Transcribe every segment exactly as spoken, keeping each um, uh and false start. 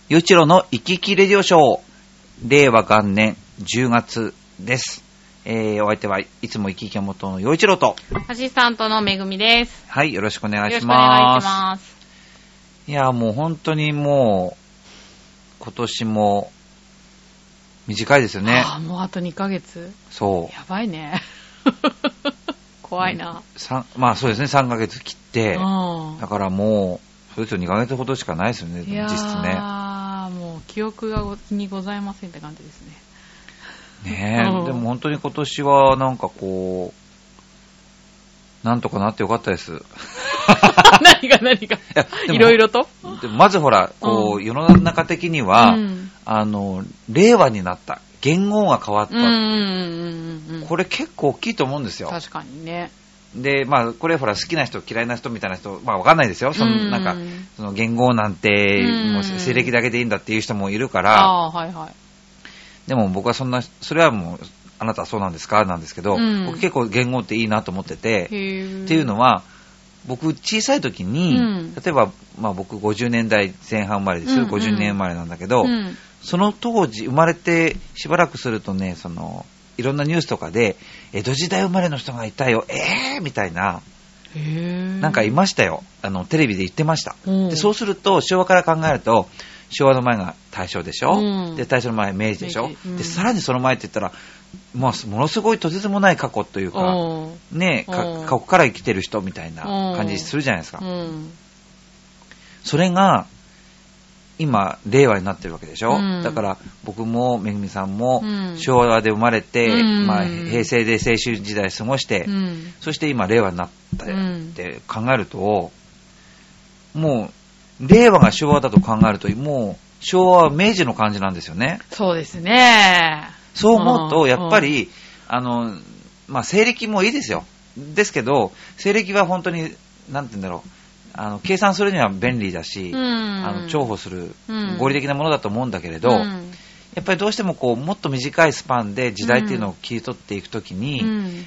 陽一郎の生き生きレディオショー、令和元年じゅうがつです。えー、お相手はいつも生き生きが元の陽一郎とアシスタントのめぐみです。 はい、よろしくお願いします。 よろしくお願いします。 いやもう本当にもう今年も短いですよね。 ああ、もうあとにかげつ。 そう。 やばいね。怖いな。 まあそうですね、さんかげつ切って、 うん、 だからもうそれとにかげつほどしかないですよね、 いや実質ね。 ああ、もう記憶がにございませんって感じですね。 ねえ、うん、でも本当に今年はなんかこうなんとかなってよかったです。 何が何がいろいろと。 でまずほらこう、うん、世の中的には、うん、あの令和になった、元号が変わった、うんうんうんうん、これ結構大きいと思うんですよ。 確かにね。でまあこれほら好きな人嫌いな人みたいな人まあわかんないですよ。そのなんかその元号なんてもう西暦だけでいいんだっていう人もいるから。 あ、はいはい。 でも僕はそんなそれはもうあなたはそうなんですかなんですけど、うん、僕結構元号っていいなと思ってて、っていうのは僕小さい時に、うん、例えば、まあ、僕ごじゅうねんだいぜん半生まれですよ、うんうん、ごじゅうねん生まれなんだけど、うん、その当時生まれてしばらくするとね、そのいろんなニュースとかで江戸時代生まれの人がいたよ、えーみたいな、なんかいましたよ、あのテレビで言ってました、うん、でそうすると昭和から考えると昭和の前が大正でしょ、うん、で大正の前明治でしょ、うん、でさらにその前って言ったら、まあ、ものすごいとてつもない過去というか、ね、か過去から生きてる人みたいな感じするじゃないですか、うん、それが今令和になってるわけでしょ、うん、だから僕もめぐみさんも昭和で生まれて、うんまあ、平成で青春時代過ごして、うん、そして今令和になったって考えると、もう令和が昭和だと考えるともう昭和は明治の感じなんですよね。 そうですね。 そう思うとやっぱり、うん、あのまあ西暦もいいですよ。ですけど西暦は本当になんて言うんだろう、あの計算するには便利だし、うん、あの重宝する合理的なものだと思うんだけれど、うん、やっぱりどうしてもこうもっと短いスパンで時代っていうのを切り取っていくときに、うん、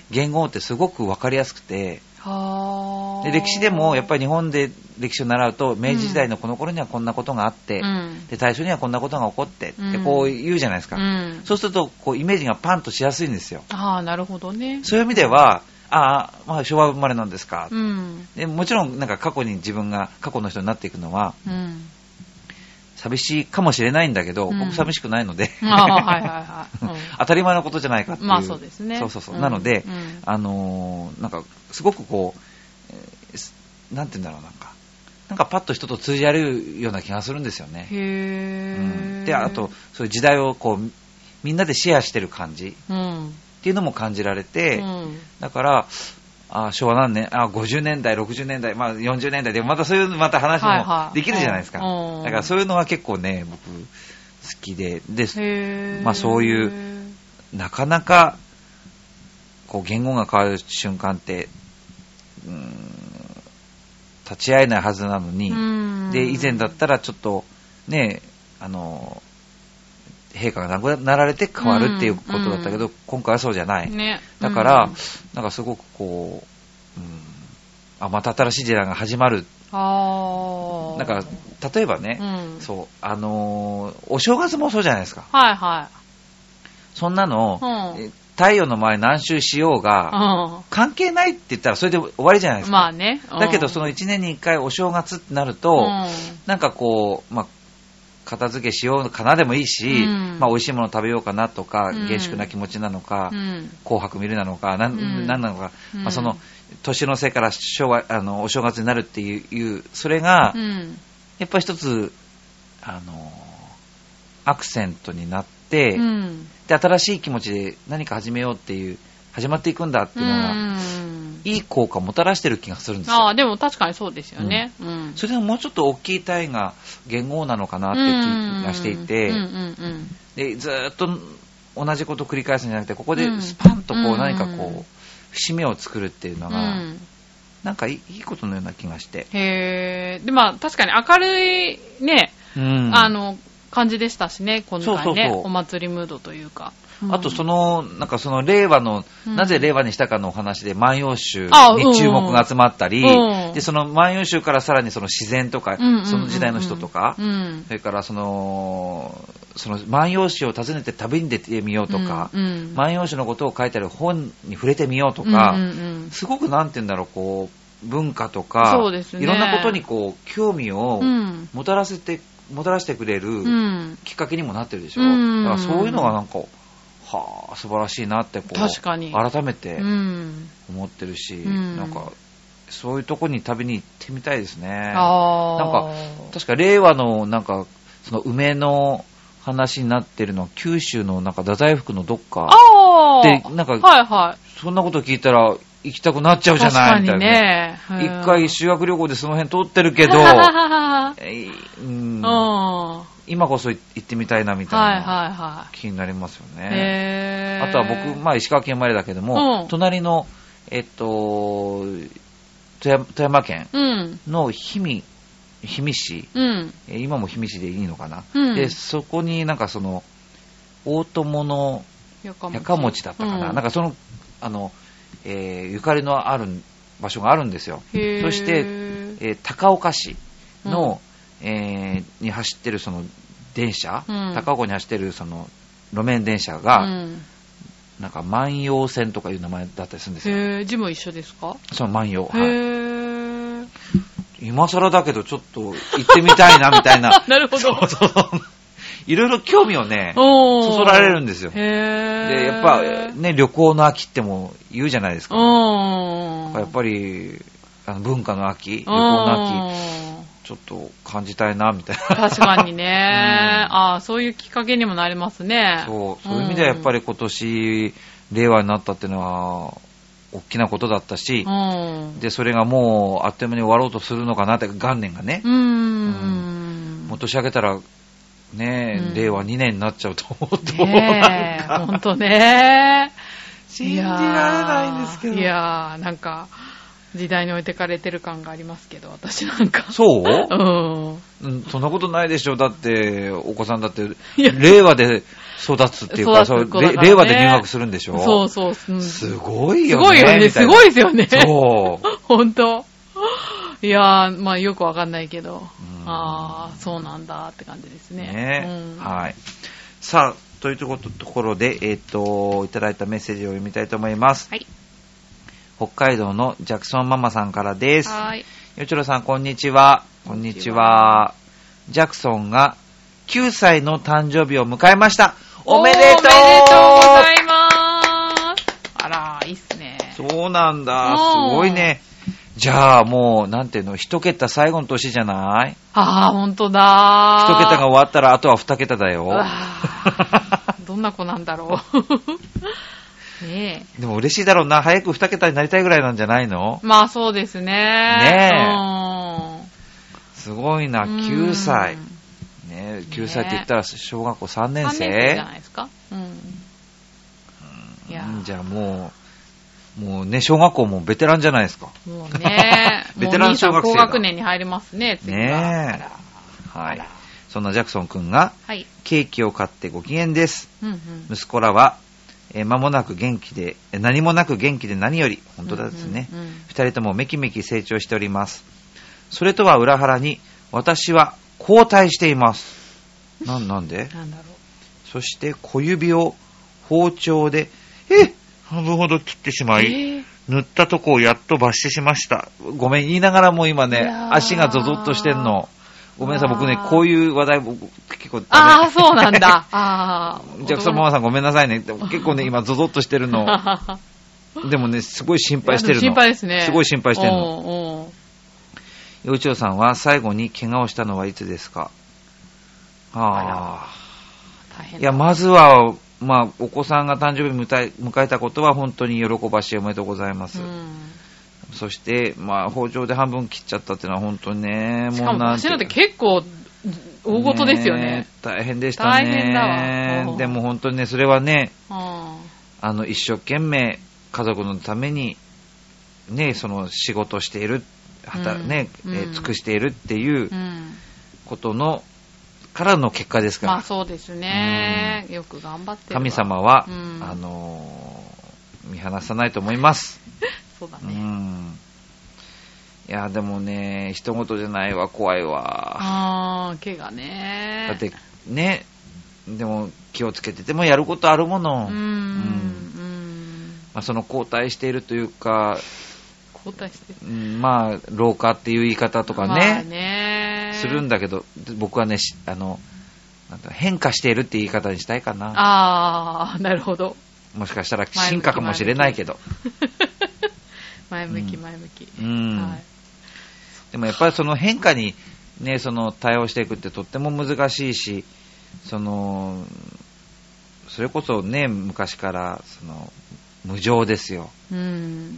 元号ってすごく分かりやすくて、で歴史でもやっぱり日本で歴史を習うと明治時代のこの頃にはこんなことがあって、うん、で大正にはこんなことが起こって、うん、でこう言うじゃないですか、うん、そうするとこうイメージがパンとしやすいんですよ。 ああ、なるほどね。 そういう意味ではああ、まあ、昭和生まれなんですか、うん、でもちろんなんか過去に自分が過去の人になっていくのは、うん、寂しいかもしれないんだけど、うん、僕寂しくないのであ、はいはいはいうん、当たり前のことじゃないかっていう、 まあそうですね、 そうそうそう、うん、なので、うん、あのー、なんかすごくこう、えー、なんて言うんだろう、なんかなんかパッと人と通じ合えるような気がするんですよね。 へー、 うん、であとそういう時代をこうみんなでシェアしてる感じ、うんっていうのも感じられて、うん、だからあ昭和何年あごじゅうねんだいろくじゅうねんだい、まあ、よんじゅうねんだいでまたそういうまた話もできるじゃないですか、はいはい、だからそういうのは結構ね僕好きで、で、まあ、そういうなかなかこう言語が変わる瞬間ってうーん立ち会えないはずなのに、で以前だったらちょっとねあの陛下が亡くなられて変わるっていうことだったけど、うん、今回はそうじゃない、ね、だから、うん、なんかすごくこう、うん、あまた新しい時代が始まる。あなんか例えばね、うん、そうあのー、お正月もそうじゃないですか。 はいはい。 そんなの、うん、太陽の周り何周しようが、うん、関係ないって言ったらそれで終わりじゃないですか。 まあね。 うん、だけどそのいちねんにいっかいお正月ってなると、なんかこうまあ片付けしようかなでもいいし、うんまあ、美味しいもの食べようかなとか、うん、厳粛な気持ちなのか、うん、紅白見るなのか、なん、うん、なんなのか、うんまあ、その年の瀬から昭和あのお正月になるっていうそれが、うん、やっぱり一つあのアクセントになって、うん、で新しい気持ちで何か始めようっていう始まっていくんだっていうのが、うんいい効果をもたらしてる気がするんですよ。 ああ、でも確かにそうですよね。うんうん、 それでももうちょっと大きい単位が元号なのかなって気がしていて、うんうんうん、でずっと同じことを繰り返すんじゃなくて、ここでスパンとこう何かこう節目を作るっていうのが、うん、なんかいい、いいことのような気がして。 へー。で、まあ確かに明るいね、うん、あの感じでしたしね、今回ね、そうそうそう、お祭りムードというか。 あとそのなんかその令和の、うん、なぜ令和にしたかのお話で万葉集に注目が集まったり、うん、 で、その万葉集からさらにその自然とか、うんうんうんうん、その時代の人とか、うん、それからその、その万葉集を訪ねて旅に出てみようとか、うんうん、万葉集のことを書いてある本に触れてみようとか、うんうんうん、すごくなんて言うんだろう、こう、文化とか、そうですね、いろんなことにこう、興味をもたらせて、うん、もたらしてくれるきっかけにもなってるでしょ。うん、だからそういうのがなんか、はあ、素晴らしいなってこう確かに改めて思ってるし、うん、なんかそういうとこに旅に行ってみたいですね。あなんか確か令和のなんかその梅の話になってるのは九州のなんか太宰府のどっかでなんか、はいはい、そんなこと聞いたら行きたくなっちゃうじゃないみたいなね。一回修学旅行でその辺通ってるけど、えうん今こそ行ってみたいなみたいな気になりますよね。はいはいはい、あとは僕、まあ、石川県生まれだけども、うん、隣の、えっと、富山県の氷見、氷見市、うん、今も氷見市でいいのかな、うん、でそこになんかその大友のやかもちだったかな、うん、なんかそのあの、えー、ゆかりのある場所があるんですよ。そして、えー、高岡市の、うんえー、に走ってるその電車、うん、高岡に走ってるその路面電車が、うん、なんか万葉線とかいう名前だったりするんですよ。 へー、字も一緒ですか？ その万葉。はい。今更だけどちょっと行ってみたいなみたいな。 なるほど。そうそういろいろ興味をね、そそられるんですよ。へー。で、やっぱね、旅行の秋っても言うじゃないですか。やっぱりあの文化の秋、旅行の秋。ちょっと感じたいなみたいな。 確かにね、うん、ああそういうきっかけにもなりますね。 そうそういう意味ではやっぱり今年令和になったっていうのは大きなことだったし、うん、でそれがもうあっという間に終わろうとするのかなって元年がね、うん、うん、もう年明けたらね、うん、令和にねんになっちゃうと思うと、 ね、なんか本当ね信じられないんですけど、 いやーなんか時代に置いてかれてる感がありますけど、私なんか。 そう、うん、そんなことないでしょ。だって、お子さんだって、令和で育つっていうか、そう、ね、令和で入学するんでしょ。 そうそう、 うん。すごいよね。 すごいよね。すごいですよね。 そう。 ほんと。いやー、まあよくわかんないけど、うん、あー、そうなんだって感じですね。 ね、うん、はい。さあ、というところで、えっと、いただいたメッセージを読みたいと思います。はい。北海道のジャクソンママさんからです。はい。よちろさん、こんにちは。こんにちは。ジャクソンがきゅうさいの誕生日を迎えました。おめでとう。おめでとうございます。あら、いいっすね。 そうなんだ。すごいね。じゃあもう、なんていうの、一桁最後の年じゃない？ ああ、ほんとだ。 一桁が終わったら、あとは二桁だよ。 どんな子なんだろう。ねえ。でも嬉しいだろうな。早く二桁になりたいぐらいなんじゃないの？ まあそうですね。 ねえ。うん、すごいな、きゅうさい。ねえ、きゅうさいって言ったら小学校さんねん生？さんねん生じゃないですか。うん。うん、 いやじゃあもう、もうね、小学校もベテランじゃないですか。 もうね。ベテラン小学生だ。高学年に入りますね、次は。 ねえ。はい。そんなジャクソン君が、はい、ケーキを買ってご機嫌です。うんうん、息子らは、えー、間もなく元気で、何もなく元気で何より、本当だですね。うんうんうん、二人ともめきめき成長しております。それとは裏腹に、私は後退しています。な、なんで？なんだろう。そして小指を包丁で、え半分ほど切ってしまい、えー、塗ったとこをやっと抜歯しました。ごめん、言いながらも今ね、足がゾゾッとしてんの。ごめんなさい、僕ね、こういう話題、僕結構、 ああ、そうなんだ。ああ。ジャクソンママさんごめんなさいね。結構ね、今、ゾゾッとしてるの。でもね、すごい心配してるの。 心配ですね。 すごい心配してるの。幼稚園さんは最後に怪我をしたのはいつですか？ああ。大変だ。いや、まずは、まあ、お子さんが誕生日迎え、迎えたことは本当に喜ばしい、おめでとうございます。うん、そして、まあ、包丁で半分切っちゃったっていうのは本当にね、もうなんて。しかも、 私なんて結構、大事ですよね。ね、 大変でしたね。大変だわ。でも本当にね、それはね、あの、一生懸命家族のために、ね、その仕事している、働、うん、ね、うん、えー、尽くしているっていうことの、からの結果ですから。 まあそうですね。うん、よく頑張ってるわ。 神様は、うん、あのー、見放さないと思います。 そうだね。うんいやでもね、人事じゃないわ、怖いわ。 あー、怪我ね。 だってね、でも気をつけててもやることあるもの。 うーん、うん、 まあ、その後退しているというか、 後退してる、 うん、まあ老化っていう言い方とかね、まあ、 ねするんだけど、僕はね、あのなんか変化しているって言い方にしたいかな。 あー、なるほど。 もしかしたら進化かもしれないけど。 前向き前向き。 うん、 はい、 でもやっぱりその変化にね、その対応していくってとっても難しいし、そのそれこそね、昔からその無常ですよ。うん、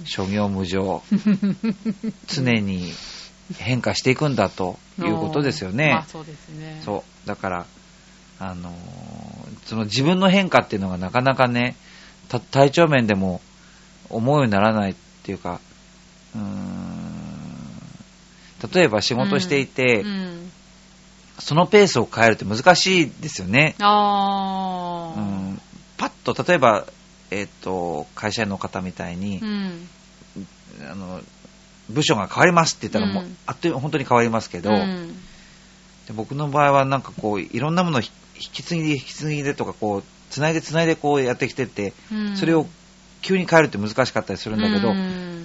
諸行無常。常に変化していくんだということですよね。 まあそうですね。 そう。だからあのその自分の変化っていうのがなかなかね、体調面でも思うようにならないっていうか、うーん、例えば仕事していて、うんうん、そのペースを変えるって難しいですよね。あ、うん、パッと例えば、えーと、会社員の方みたいに、うん、あの部署が変わりますって言ったらもう、うん、あっという間本当に変わりますけど、うん、で僕の場合はなんかこういろんなものを引き継ぎで引き継ぎでとかこうつないでつないでこうやってきてて、うん、それを急に変えるって難しかったりするんだけど、うん、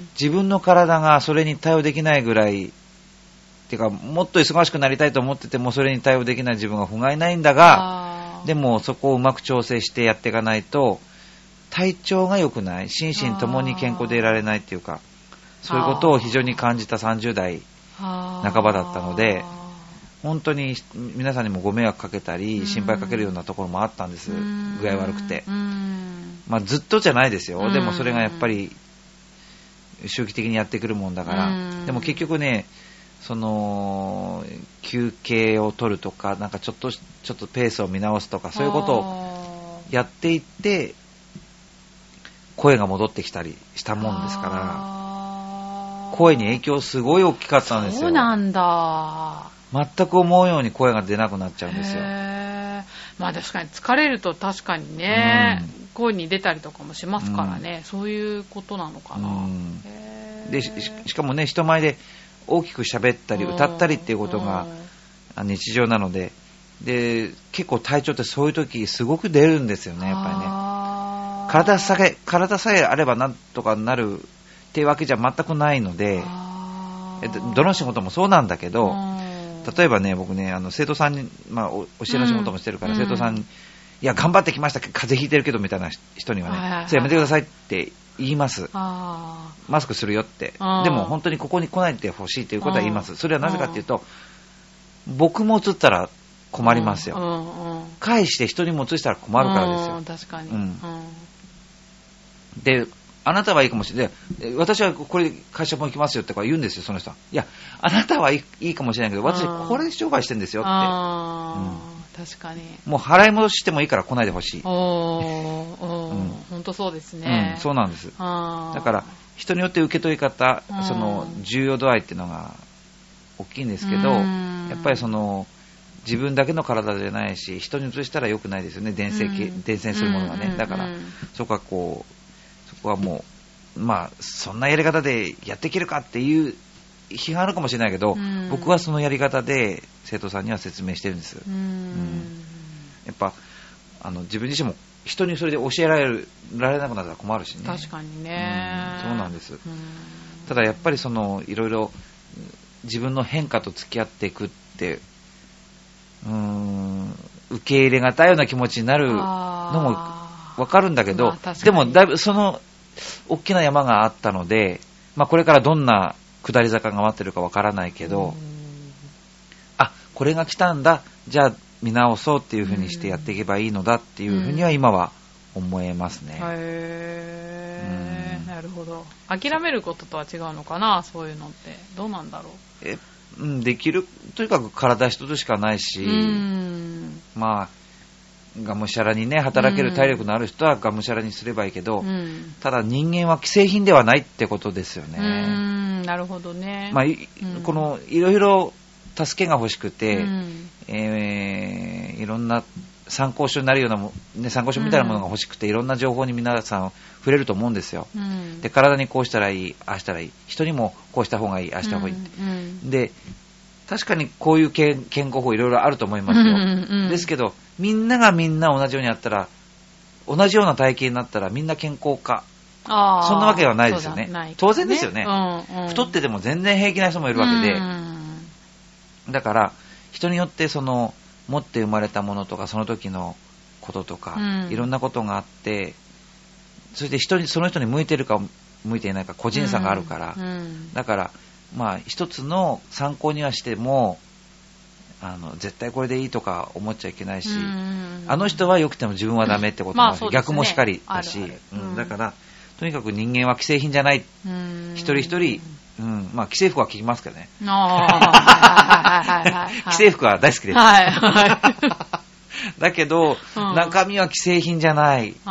自分の体がそれに対応できないぐらいっていうか、もっと忙しくなりたいと思っててもそれに対応できない自分が不甲斐ないんだが、でもそこをうまく調整してやっていかないと体調が良くない、心身ともに健康でいられないっていうか、そういうことを非常に感じたさんじゅう代半ばだったので、本当に皆さんにもご迷惑かけたり心配かけるようなところもあったんです。具合悪くて、まあ、ずっとじゃないですよ。でもそれがやっぱり周期的にやってくるもんだから、でも結局ね、その休憩を取るとか、なんかちょっとちょっとペースを見直すとか、そういうことをやっていって声が戻ってきたりしたもんですから、声に影響すごい大きかったんですよ。 そうなんだ。 全く思うように声が出なくなっちゃうんですよ。 へ、まあ確かに疲れると確かにね、うん、声に出たりとかもしますからね、うん、そういうことなのかな、うん、へで し, しかもね、人前で大きく喋ったり歌ったりっていうことが日常なので、で結構体調ってそういう時すごく出るんですよね、やっぱりね。体さえ体さえあればなんとかなるっていうわけじゃ全くないので、どの仕事もそうなんだけど、例えばね、僕ね、あの生徒さんに、まあ、教えの仕事もしてるから、うん、生徒さんに、いや頑張ってきましたけど風邪ひいてるけどみたいな人にはね、はいはいはい、それやめてくださいって言います。マスクするよって。でも本当にここに来ないでほしいということは言います。それはなぜかっていうと、僕も移ったら困りますよ。返して人にも移したら困るからですよ。 確かに、 うん、であなたはいいかもしれない。私はこれ会社も行きますよって言うんですよ、その人は。いや、あなたはいい、いいかもしれないけど、私これ商売してるんですよって。 あ、うん、確かに。 もう払い戻ししてもいいから来ないでほしい。 おお、うん、本当そうですね、 うん。そうなんです。だから人によって受け取り方、その重要度合いっていうのが大きいんですけど、やっぱりその自分だけの体じゃないし、人に移したら良くないですよね、伝染、伝染するものがね。だからそこはこう。そこはもう、まあ、そんなやり方でやっていけるかっていう批判あるかもしれないけど、うん、僕はそのやり方で生徒さんには説明してるんです。うんうん、やっぱあの自分自身も人にそれで教えられる、られなくなったら困るしね。 確かにね、 うん、そうなんです。ただやっぱりそのいろいろ自分の変化と付き合っていくって、うーん、受け入れがたいような気持ちになるのもわかるんだけど、まあ、でもだいぶその大きな山があったので、まあ、これからどんな下り坂が待ってるかわからないけど、あ、これが来たんだ、じゃあ見直そうっていう風にしてやっていけばいいのだっていう風には今は思えますね。 へー、なるほど。諦めることとは違うのかな、そういうのってどうなんだろう。 え、うん、できる、とにかく体一つしかないし、うん、まあがむしゃらにね働ける体力のある人はがむしゃらにすればいいけど、うん、ただ人間は既製品ではないってことですよね。うーん、なるほどね。 まあ、うん、このいろいろ助けが欲しくて、うん、えー、いろんな参考書になるようなも、ね、参考書みたいなものが欲しくて、うん、いろんな情報に皆さん触れると思うんですよ、うん、で体にこうしたらいい、ああしたらいい、人にもこうした方がいい、ああした方がいい、うんうん、で確かにこういう健康法いろいろあると思いますよ、うんうんうん、ですけどみんながみんな同じようにやったら、同じような体型になったらみんな健康か、あそんなわけではないですよ ね, ね当然ですよね、うんうん、太ってても全然平気な人もいるわけで、うん、だから人によってその持って生まれたものとかその時のこととか、うん、いろんなことがあって、そして人にその人に向いてるか向いていないか個人差があるから、うんうん、だからまあ一つの参考にはしてもあの絶対これでいいとか思っちゃいけないし、うん、あの人は良くても自分はダメってこともあるし、まあね、逆もしかりだし、あるある、うん、だからとにかく人間は既製品じゃない、うん、一人一人、うんまあ、既製服は着ますけどね。既製服は大好きです。はいはい、だけど、うん、中身は既製品じゃないから、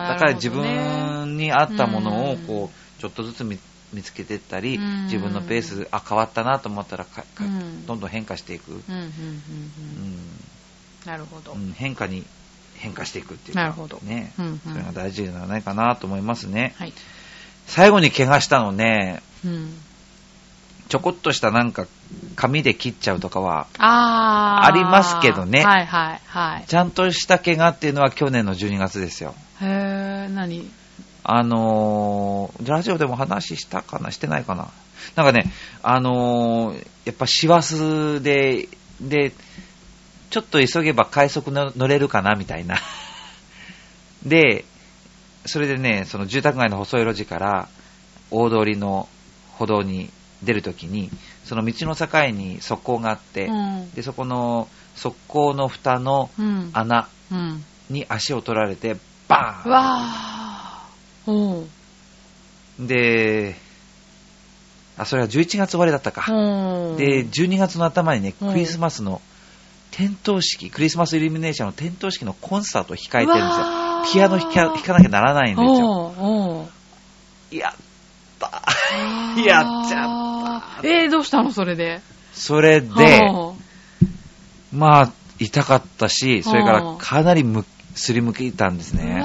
だから自分に合ったものをこうちょっとずつ 見, 見つけていったり、自分のペースあ変わったなと思ったらかかどんどん変化していく。うんうんうんうん、 なるほど、 うん。変化に変化していくっていうか、 なるほど、 ね、うんうん、それが大事ではないかなと思いますね。 はい、 最後に怪我したのね、 うん、 ちょこっとしたなんか紙で切っちゃうとかはありますけどね、 はいはいはい、 ちゃんとした怪我っていうのは去年のじゅうにがつですよ。 へー、何？ あのー、ラジオでも話したかなしてないかな、なんかね、あのー、やっぱ師走ででちょっと急げば快速の乗れるかなみたいなでそれでね、その住宅街の細い路地から大通りの歩道に出るときに、その道の境に側溝があって、うん、でそこの側溝の蓋の穴に足を取られてバーン、 わーで、あ、それはじゅういちがつ終わりだったか、でじゅうにがつの頭にね、クリスマスの点灯式、クリスマスイルミネーションの点灯式のコンサートを控えてるんですよ。ピアノ弾 か, 弾かなきゃならないんですよ。やったやっちゃった。 えー、どうしたのそれで。 それでまあ痛かったし、それからかなりむすりむけたんですね。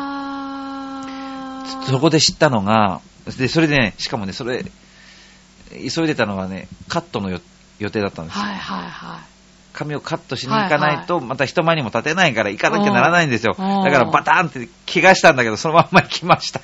そこで知ったのが、でそれでね、しかもね、それ急いでたのはね、カットの予定だったんですよ。 はいはいはい。 髪をカットしに行かないと、また人前にも立てないから行かなきゃならないんですよ。だからバターンって怪我したんだけど、そのまんま行きました。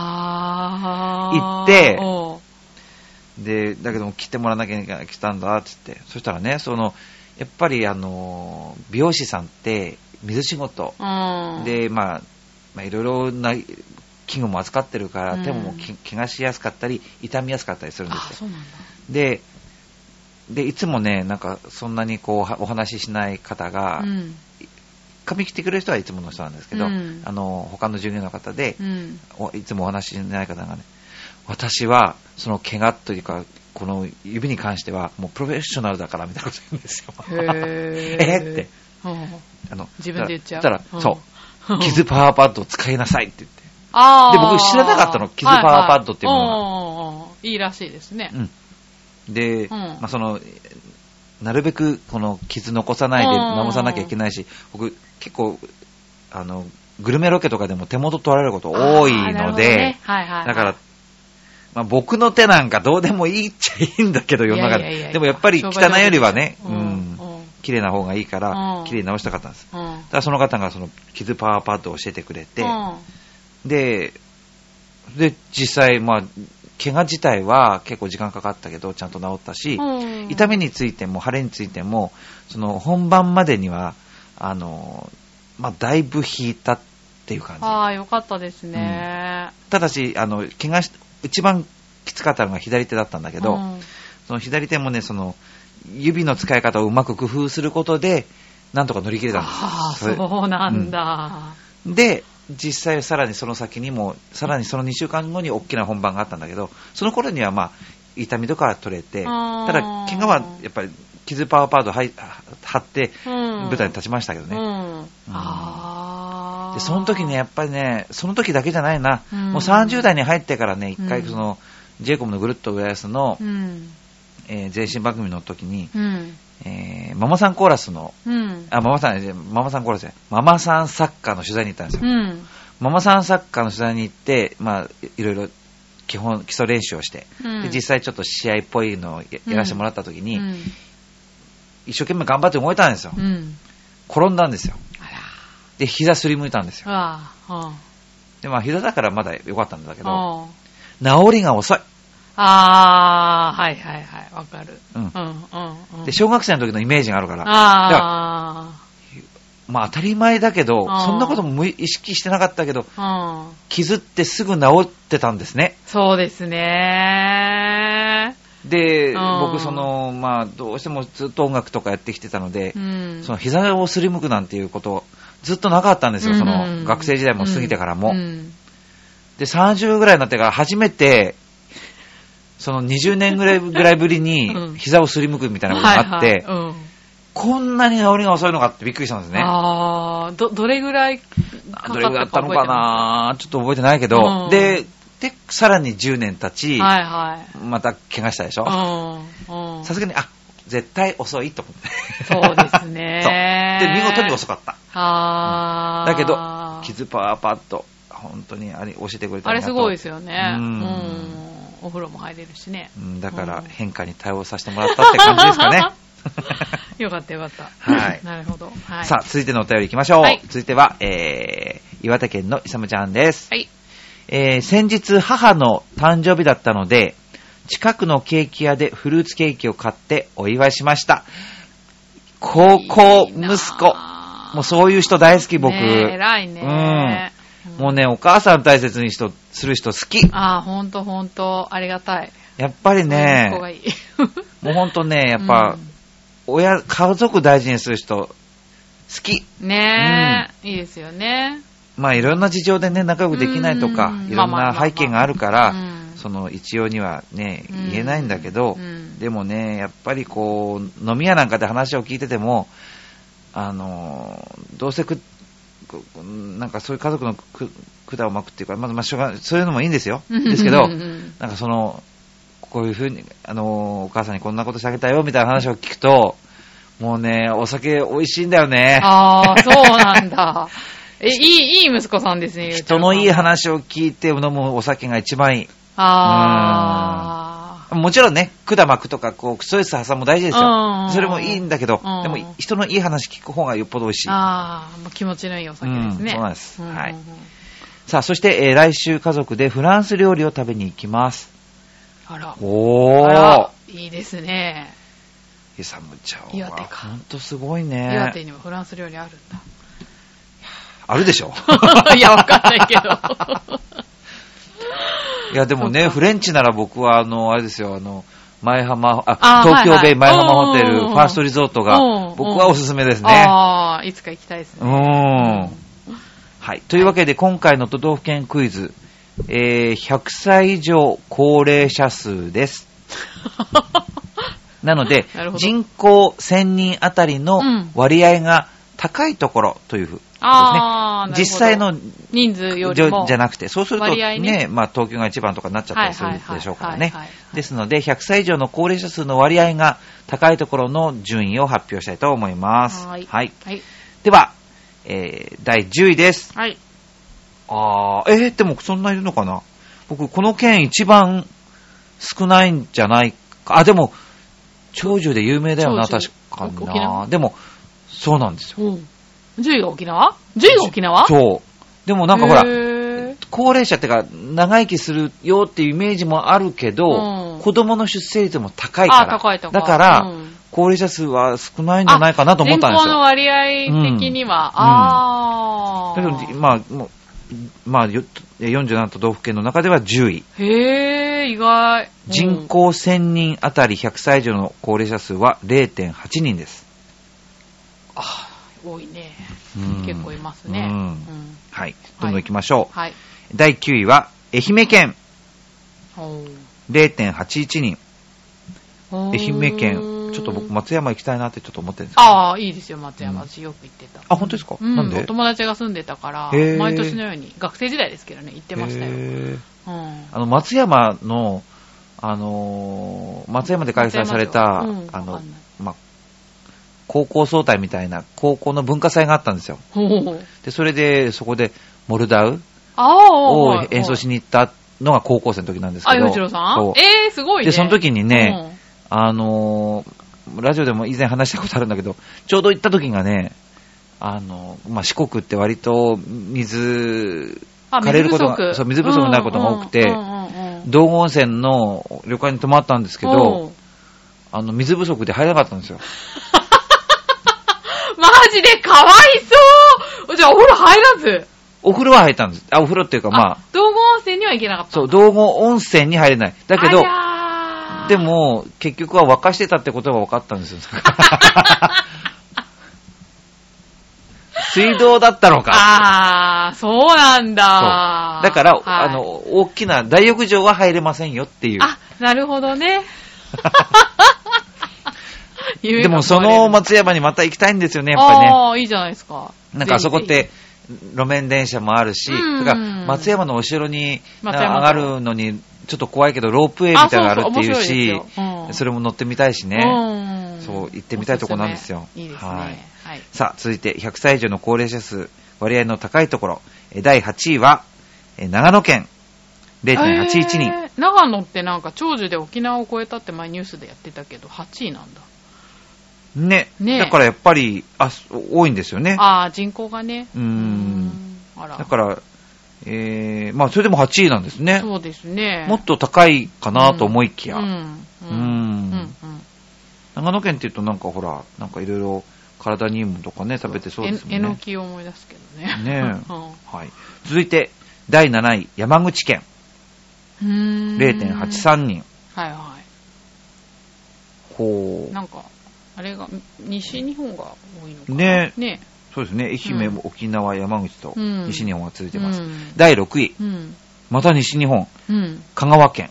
行って、で、だけども切ってもらわなきゃいけない来たんだって言って、そしたらね、その、やっぱりあの、美容師さんって水仕事で、まあ、まあいろいろな器具も扱ってるから、手も怪我しやすかったり、痛みやすかったりするんですよ。 そうなんだ。 で、でいつもね、なんかそんなにこうお話ししない方が、うん、髪切ってくれる人はいつもの人なんですけど、うん、あの他の従業員の方で、うん、いつもお話ししない方がね、私はその怪我というかこの指に関してはもうプロフェッショナルだからみたいなこと言うんですよ。 へえー、って、 あの自分で言っちゃう。 だから、そう傷パワーパッドを使いなさいって言って、あで僕知らなかったの、傷パワーパッドっていうものが、 はいはい、いいらしいですね。 うんで、うんまあ、そのなるべくこの傷残さないで直さなきゃいけないし、僕結構あのグルメロケとかでも手元取られること多いので、ねはいはいはい、だから、まあ、僕の手なんかどうでもいいっちゃいいんだけど世の中で、いやいやいやでもやっぱり汚いよりはね、うんうん、綺麗な方がいいから綺麗に直したかったんです、うん、だからその方がその傷パワーパッドを教えてくれて、うん、で, で実際まあ怪我自体は結構時間かかったけどちゃんと治ったし、うん、痛みについても腫れについてもその本番までにはあの、まあ、だいぶ引いたっていう感じ。 ああよかったですね、 うん、ただしあの怪我し一番きつかったのが左手だったんだけど、うん、その左手もねその指の使い方をうまく工夫することでなんとか乗り切れたんです。 ああそうなんだ、 うん、で実際さらにその先にもさらにそのにしゅうかんごに大きな本番があったんだけど、その頃にはまあ痛みとかは取れて、ただ怪我はやっぱり傷パワーパード貼って舞台に立ちましたけどね、うんうん、あでその時ねやっぱりねその時だけじゃないな、うん、もうさんじゅう代に入ってからね一回その、うん、ジェイコムのぐるっと浦安の、うん、 えー、前身番組の時に、うん、えー、ママさんコーラスの、うん、あ、ママさん、ママさんコーラスじゃない、ママさん作家の取材に行ったんですよ。うん、ママさん作家の取材に行って、まあ、いろいろ基本、基礎練習をして、うん、で実際ちょっと試合っぽいのを や, やらせてもらった時に、うん、一生懸命頑張って動いたんですよ。うん、転んだんですよ。あらで、膝すりむいたんですよ。ああで、まあ、膝だからまだ良かったんだけど、治りが遅い。 ああ、はいはいはい、わかる。うん。うんうんうん。で、小学生の時のイメージがあるから。ああ。まあ当たり前だけど、そんなことも無意識してなかったけど、傷ってすぐ治ってたんですね。 そうですね。 で、僕その、まあどうしてもずっと音楽とかやってきてたので、うん、その膝をすりむくなんていうことずっとなかったんですよ、うんうん、その学生時代も過ぎてからも。うんうん、で、さんじゅうぐらいになってから初めて、そのにじゅうねんぐらいぐらいぶりに膝をすりむくみたいなことがあって、はいはいうん、こんなに治りが遅いのかってびっくりしたんですね。 ああ、ど、どれぐらいかかったか覚えてます？ どれぐらいだったのかなちょっと覚えてないけど、うん、で、で、さらにじゅうねん経ち、はいはい、また怪我したでしょ。さすがに、あ、絶対遅いと思って。 そうですね。 そう。で、見事に遅かった。あだけど、傷パワーパッド、本当にあれ教えてくれたあれすごいですよね。うんうんお風呂も入れるしね。 うん、だから変化に対応させてもらったって感じですかね。 よかったよかった。 はい。 なるほど。はい、 さあ、続いてのお便り行きましょう。はい、続いては、えー、岩手県のいさむちゃんです。はい。えー、先日母の誕生日だったので、近くのケーキ屋でフルーツケーキを買ってお祝いしました。高校息子。もうそういう人大好き僕。 ね、偉いね。うんもうね、お母さん大切に人する人好き。 ああ、ほんとほんと、ありがたい。 やっぱりね、 子がいいもうほんとね、やっぱ、うん、親、家族大事にする人、好き。 ねえ、うん、いいですよね。 まあいろんな事情でね、仲良くできないとか、いろんな背景があるから、その一様にはね、言えないんだけど、うん、でもね、やっぱりこう、飲み屋なんかで話を聞いてても、あの、どうせく、なんかそういう家族の管を巻くっていうか、まずまあしょうがないそういうのもいいんですよ。ですけど、なんかそのこういうふうにあのお母さんにこんなことしてあげたよみたいな話を聞くと、もうねお酒美味しいんだよね。 ああそうなんだ。えいいいい息子さんですね。 人のいい話を聞いて飲むお酒が一番いい。ああ。もちろんね、管巻くとか、こう、ストレス発散も大事ですよ。それもいいんだけど、でも、人のいい話聞く方がよっぽど美味しい。 ああ、もう気持ちのいいお酒ですね。 うん、そうなんです。うん、はい。さあ、そして、えー、来週家族でフランス料理を食べに行きます。 あら。 おー。あら、いいですね。 イサムちゃんは、ほんとすごいね。 岩手にもフランス料理あるんだ。 あるでしょ。 いや、わかんないけど。 いやでもねフレンチなら僕はあのあれですよあの前浜あ東京ベイ前浜ホテルファーストリゾートが僕はおすすめですね。 ああいつか行きたいですね。うんはいというわけで今回の都道府県クイズ、えー、ひゃくさい以上高齢者数です。なので人口せんにんあたりの割合が高いところというふうですね。あ実際の人数よりもじゃなくて、そうするとね、ねまあ、東京が一番とかになっちゃったりするでしょうからね。ですので、ひゃくさい以上の高齢者数の割合が高いところの順位を発表したいと思います。はい。はいはい、では、えー、だいじゅういです。はい。あー、えー、でもそんないるのかな？僕、この県一番少ないんじゃないか。あ、でも、長寿で有名だよな、確かにな。でも、そうなんですよ。うんじゅういが沖縄 ?じゅういが沖縄そう。でもなんかほら、高齢者ってか、長生きするよっていうイメージもあるけど、うん、子供の出生率も高いから。 あ、高い高い。 だから、うん、高齢者数は少ないんじゃないかなと思ったんですよ。 人口の割合的には。うん、ああ。だけど、まあ、もう、まあ、よんじゅうなな都道府県の中ではじゅうい。 へー、意外。 人口せんにんあたりひゃくさい以上の高齢者数は れいてんはちにんです。 ああ。多いね、うん、結構いますね、うんうん、 はいどんどん行きましょう、はい、だいきゅういは愛媛県 れいてんはちいちにん愛媛県ちょっと僕松山行きたいなってちょっと思ってるんですけどああいいですよ松山、うん、私よく行ってたあ本当ですか、うん、なんでお友達が住んでたから毎年のように学生時代ですけどね行ってましたよ、うん、 あの松山のあのー、松山で開催された、うん、あの、ま、高校総体みたいな高校の文化祭があったんですよ。で、それで、そこで、モルダウを演奏しに行ったのが高校生の時なんですけど。 あ、洋一郎さん？えー、すごいね。 で、その時にね、うん、あのー、ラジオでも以前話したことあるんだけど、ちょうど行った時がね、あの、まあ、四国って割と水、枯れることが、そう、水不足になることが多くて、道後温泉の旅館に泊まったんですけど、あの、水不足で入らなかったんですよ。 マジでかわいそう。じゃあお風呂入らず。 お風呂は入ったんです。あ、お風呂っていうかまあ。 道後温泉には行けなかった。 そう、道後温泉に入れない。だけど、でも、結局は沸かしてたってことが分かったんですよ。水道だったのか。 ああ、そうなんだ。 そう。だから、はい、あの、大きな大浴場は入れませんよっていう。 あ、なるほどね。 でもその松山にまた行きたいんですよね、やっぱりね。 ああ、いいじゃないですか。 なんかあそこって路面電車もあるし、だから松山のお城に上がるのにちょっと怖いけどロープウェイみたいなのがあるっていうし、そうそう、うん、それも乗ってみたいしね。うん、そう行ってみたいとこなんですよ。 いいですね。はい。はい、 さあ続いてひゃくさい以上の高齢者数割合の高いところ、だいはちいは長野県 れいてんはちいちにん。えー、 長野ってなんか長寿で沖縄を超えたって前ニュースでやってたけどはちいなんだ。 ね。ね。だからやっぱり、あ、多いんですよね。 ああ、人口がね。 うーん。あら。だから、えー、まあ、それでもはちいなんですね。 そうですね。 もっと高いかなと思いきや。うん。うん。 うん。うん。 長野県って言うとなんかほら、なんかいろいろ体にいいものとかね、食べてそうですもんね。 えのきを思い出すけどね。 ねえ。うん、はい。続いて、だいなない、山口県。 うーん。 れいてんはちさんにん。 はいはい。 ほう。 なんか、あれが、西日本が多いのかな。 ねえ。 ね。 そうですね。愛媛、うん、沖縄、山口と西日本が続いてます。うん、だいろくい、うん。また西日本。うん、香川県。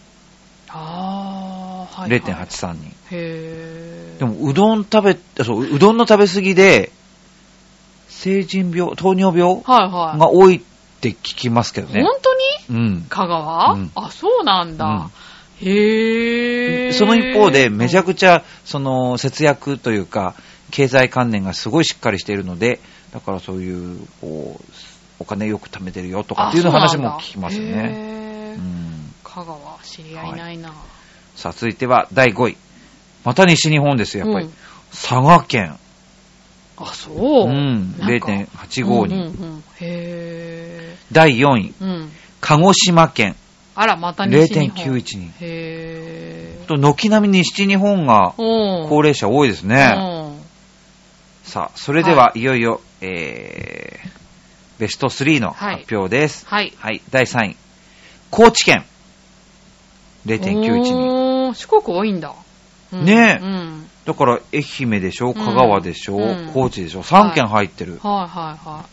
ああ、はい、はい。 れいてんはちさんにん。 へー。 でも、うどん食べ、そう、うどんの食べ過ぎで、成人病、糖尿病が多いって聞きますけどね。 本当に？うん。 香川？うん、あ、そうなんだ。うんへー。 その一方でめちゃくちゃその節約というか経済観念がすごいしっかりしているので、だからそういうこうお金よく貯めてるよとかっていうの話も聞きますよね。 へー、うん、香川知り合いないな、はい、 さあ続いてはだいごい、また西日本ですよやっぱり、うん、佐賀県。 あ、そう、 うん、れいてんはちごにん、うんうんうん、 へー。 だいよんい、うん、鹿児島県。 あら、また西日本。 れいてんきゅういちにん。 へー。 と、軒並み西日本が高齢者多いですね。さあ、それでは、はい、いよいよ、えー、ベストスリーの発表です。 はい。 はい。だいさんい。高知県。れいてんきゅういちにん。 おー、四国多いんだ。 うん、ねえ、うん。だから、愛媛でしょ、香川でしょ、うん、高知でしょ、さんけん入ってる。 はい、はい、はいはい。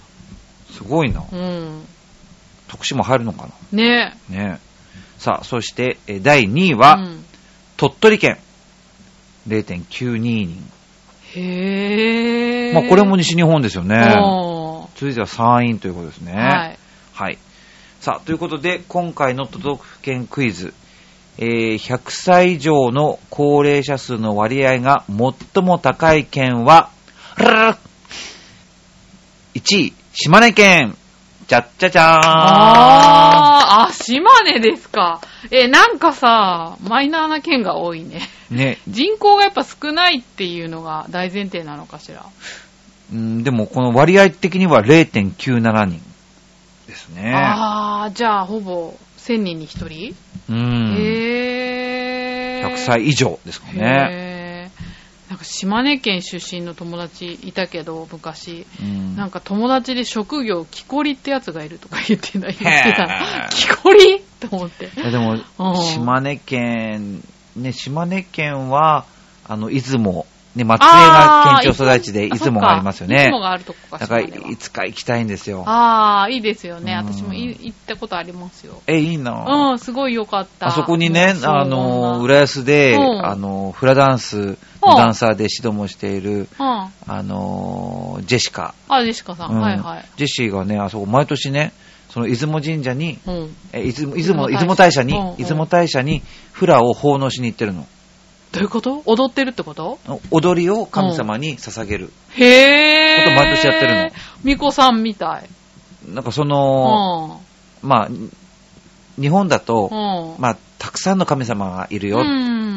すごいな。 うん。 徳島入るのかなねえ。ねえ。さあ、そして、だいにいは、うん、鳥取県。れいてんきゅうににん。 へー。 まあ、これも西日本ですよね。続いては山陰ということですね。はい。はい。さあ、ということで、今回の都道府県クイズ、えー、ひゃくさい以上の高齢者数の割合が最も高い県は、いちい、島根県。ちゃっちゃちゃーん。 あー、あ、島根ですか。え、なんかさ、マイナーな県が多いね。 ね。 人口がやっぱ少ないっていうのが大前提なのかしら。 うん、でもこの割合的には れいてんきゅうななにんですね。 あー、じゃあほぼせんにんにひとり？ うん。 へー。 ひゃくさい以上ですかね。 へー。なんか島根県出身の友達いたけど昔、うん、なんか友達で職業木こりってやつがいるとか言ってた言ってた木こりと思って。 いやでも島根県ね、島根県はあの出雲ね、松江が県庁所在地で出雲がありますよね。 出雲があるとこか。 だからいつか行きたいんですよ。 ああ、いいですよね。私も行ったことありますよ。 え、いいな。 うん、すごい良かった。 あそこにね、あの浦安で、うん、あのフラダンスのダンサーで指導もしている、うん、あのジェシカ。 あ、ジェシカさん、うん、はいはい。 ジェシーがね、あそこ毎年ね、 その出雲神社に、 うん、 え出雲、出雲、出雲大社に、うんうん、出雲大社にフラを奉納しに行ってるの。 どういうこと？踊ってるってこと？ 踊りを神様に捧げる。 うん、へー。 こと毎年やってるの。 巫女さんみたい。 なんかその、うん、まあ、日本だと、うん、まあ、たくさんの神様がいるよ。うん、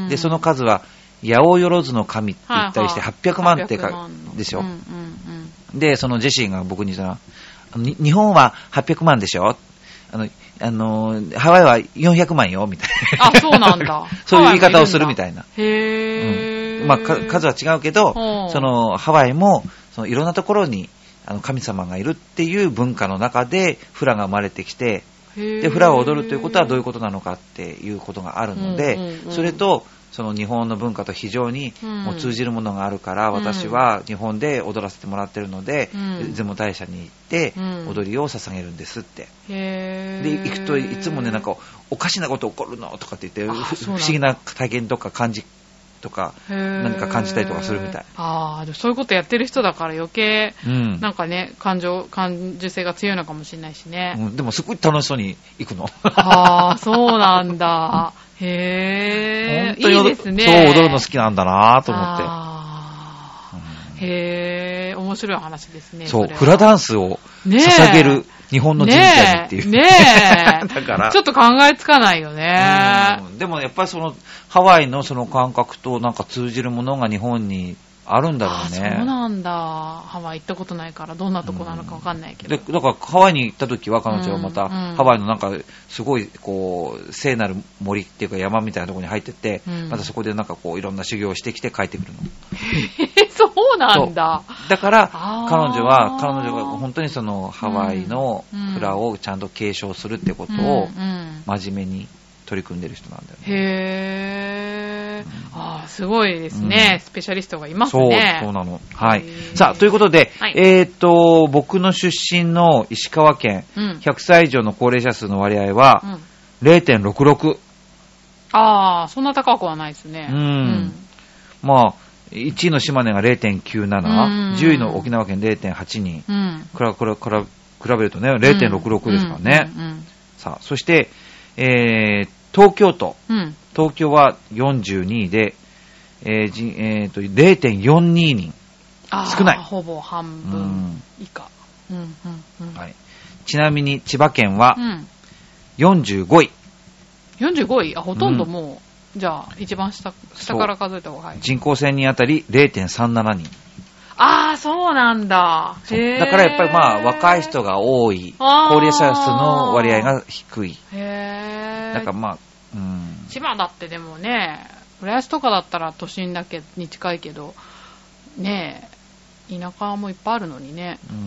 で、その数は、八百万の神って言ったりしてはっぴゃくまんってか、でしょ、うんうんうん。で、そのジェシーが僕に言ったら、日本ははっぴゃくまんでしょ、あの、あの、ハワイはよんひゃくまんよ、みたいな。 あ、そうなんだ。 そういう言い方をするみたいな。 へー。 うん、まあ、数は違うけど、その、ハワイも、そのいろんなところに、あの、神様がいるっていう文化の中で、フラが生まれてきて、で、フラを踊るということはどういうことなのかっていうことがあるので、うんうんうん、それと、その日本の文化と非常にもう通じるものがあるから、うん、私は日本で踊らせてもらってるので、うん、出雲大社に行って踊りを捧げるんですって、うん、で行くといつもね、なんかおかしなこと起こるのとかって言って不思議な体験とか感じとか何か感じたりとかするみたい。 ああ、そういうことやってる人だから余計、うん、なんかね、感情感受性が強いのかもしれないしね、 うん、でもすごい楽しそうに行くの。 ああ、そうなんだ。へー、いいですね。 そう、踊るの好きなんだなと思って。 あ、うん、へー、面白い話ですね。 そう、フラダンスを捧げる日本の神社にっていう。 ねえ。ねだから。ちょっと考えつかないよね。 うん、でもやっぱりその、ハワイのその感覚となんか通じるものが日本にあるんだろうね。 あ、そうなんだ。ハワイ行ったことないからどんなとこなのかわかんないけど、 うん、でだからハワイに行った時は彼女はまた、うんうん、ハワイのなんかすごいこう聖なる森っていうか山みたいなところに入ってって、うん、またそこでなんかこういろんな修行をしてきて帰ってくるの。 へそうなんだ。 だから彼女は彼女が本当にそのハワイのフラをちゃんと継承するってことを真面目に取り組んでる人なんだよね。 へー、うん、あー、すごいですね、うん、スペシャリストがいますね。 そう、そうなの。はい。さあ、ということで、はい、えっと、僕の出身の石川県、うん、ひゃくさい以上の高齢者数の割合は、うん、ゼロてんろくろく。 あー、そんな高くはないですね。 うん。うん、まあ、いちいの島根が ゼロてんきゅうなな、じゅういの沖縄県 ゼロてんはちに、うん、これは、これは、比べるとね、ゼロてんろくろく ですからね。うんうんうん、さあ、そして、えー、東京都、うん、東京はよんじゅうにいで、えーじえー、と ゼロてんよんに 人、少ない。 ほぼ半分以下、うんうんうんはい。ちなみに千葉県はよんじゅうごい。 よんじゅうごい、あ、ほとんどもう、うん、じゃあ一番下、下から数えた方がいい。 人口せんにんあたり ゼロてんさんなな 人。 ああ、そうなんだ。へだからやっぱりまあ若い人が多い、高齢者数の割合が低い。 へー。 だからまあ、うん、 千葉だってでもね、浦安とかだったら都心だけに近いけど、ねえ、田舎もいっぱいあるのにね。うん、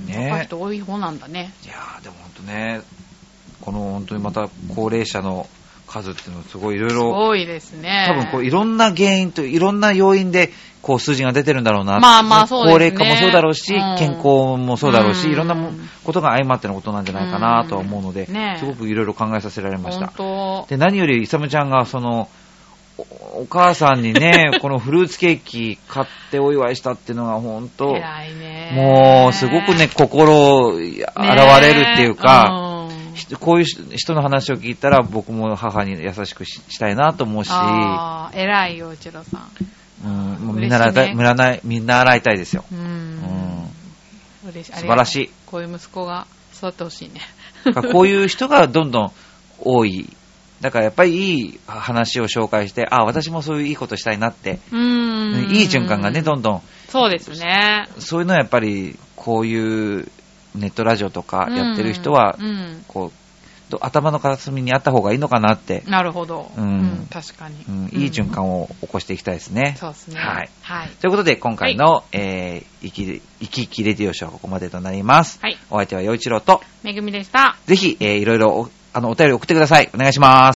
ね、若い人多い方なんだね。 いやー、でも本当ね、この本当にまた高齢者の数っていうのはすごいいろいろ。 多いですね。 多分こういろんな原因といろんな要因でこう数字が出てるんだろうな。 まあまあそうですね。 高齢化もそうだろうし、うん、健康もそうだろうし、うん、いろんなことが相まってのことなんじゃないかなとは思うので、うんね、すごくいろいろ考えさせられました。 本当。 で、何よりイサムちゃんがそのお, お母さんにねこのフルーツケーキ買ってお祝いしたっていうのが本当偉いね。 もうすごくね心洗われるっていうか。こういう人の話を聞いたら僕も母に優しく し, したいなと思うし、 あ、偉いよ一郎さん、 うん、もうみんな習いたい、みんな、みんな習いたいですよ。うん、うん、 嬉しい。 素晴らしい。 こういう息子が育ってほしいね。 こういう人がどんどん多い。だからやっぱりいい話を紹介して、あ、私もそういういいことしたいなって、うん、いい循環がねどんどん。 そうですね。 そういうのはやっぱりこういうネットラジオとかやってる人は、うんうん、こう頭の片隅にあった方がいいのかなって。 なるほど、うんうん、確かに、 うん、いい循環を起こしていきたいですね。 そうですね、 はい、 はい、 ということで今回の、はい、えー、生き生き生きレディオショーはここまでとなります、はい、お相手は陽一郎とめぐみでした。 ぜひ、えー、いろいろあのお便り送ってください。お願いします。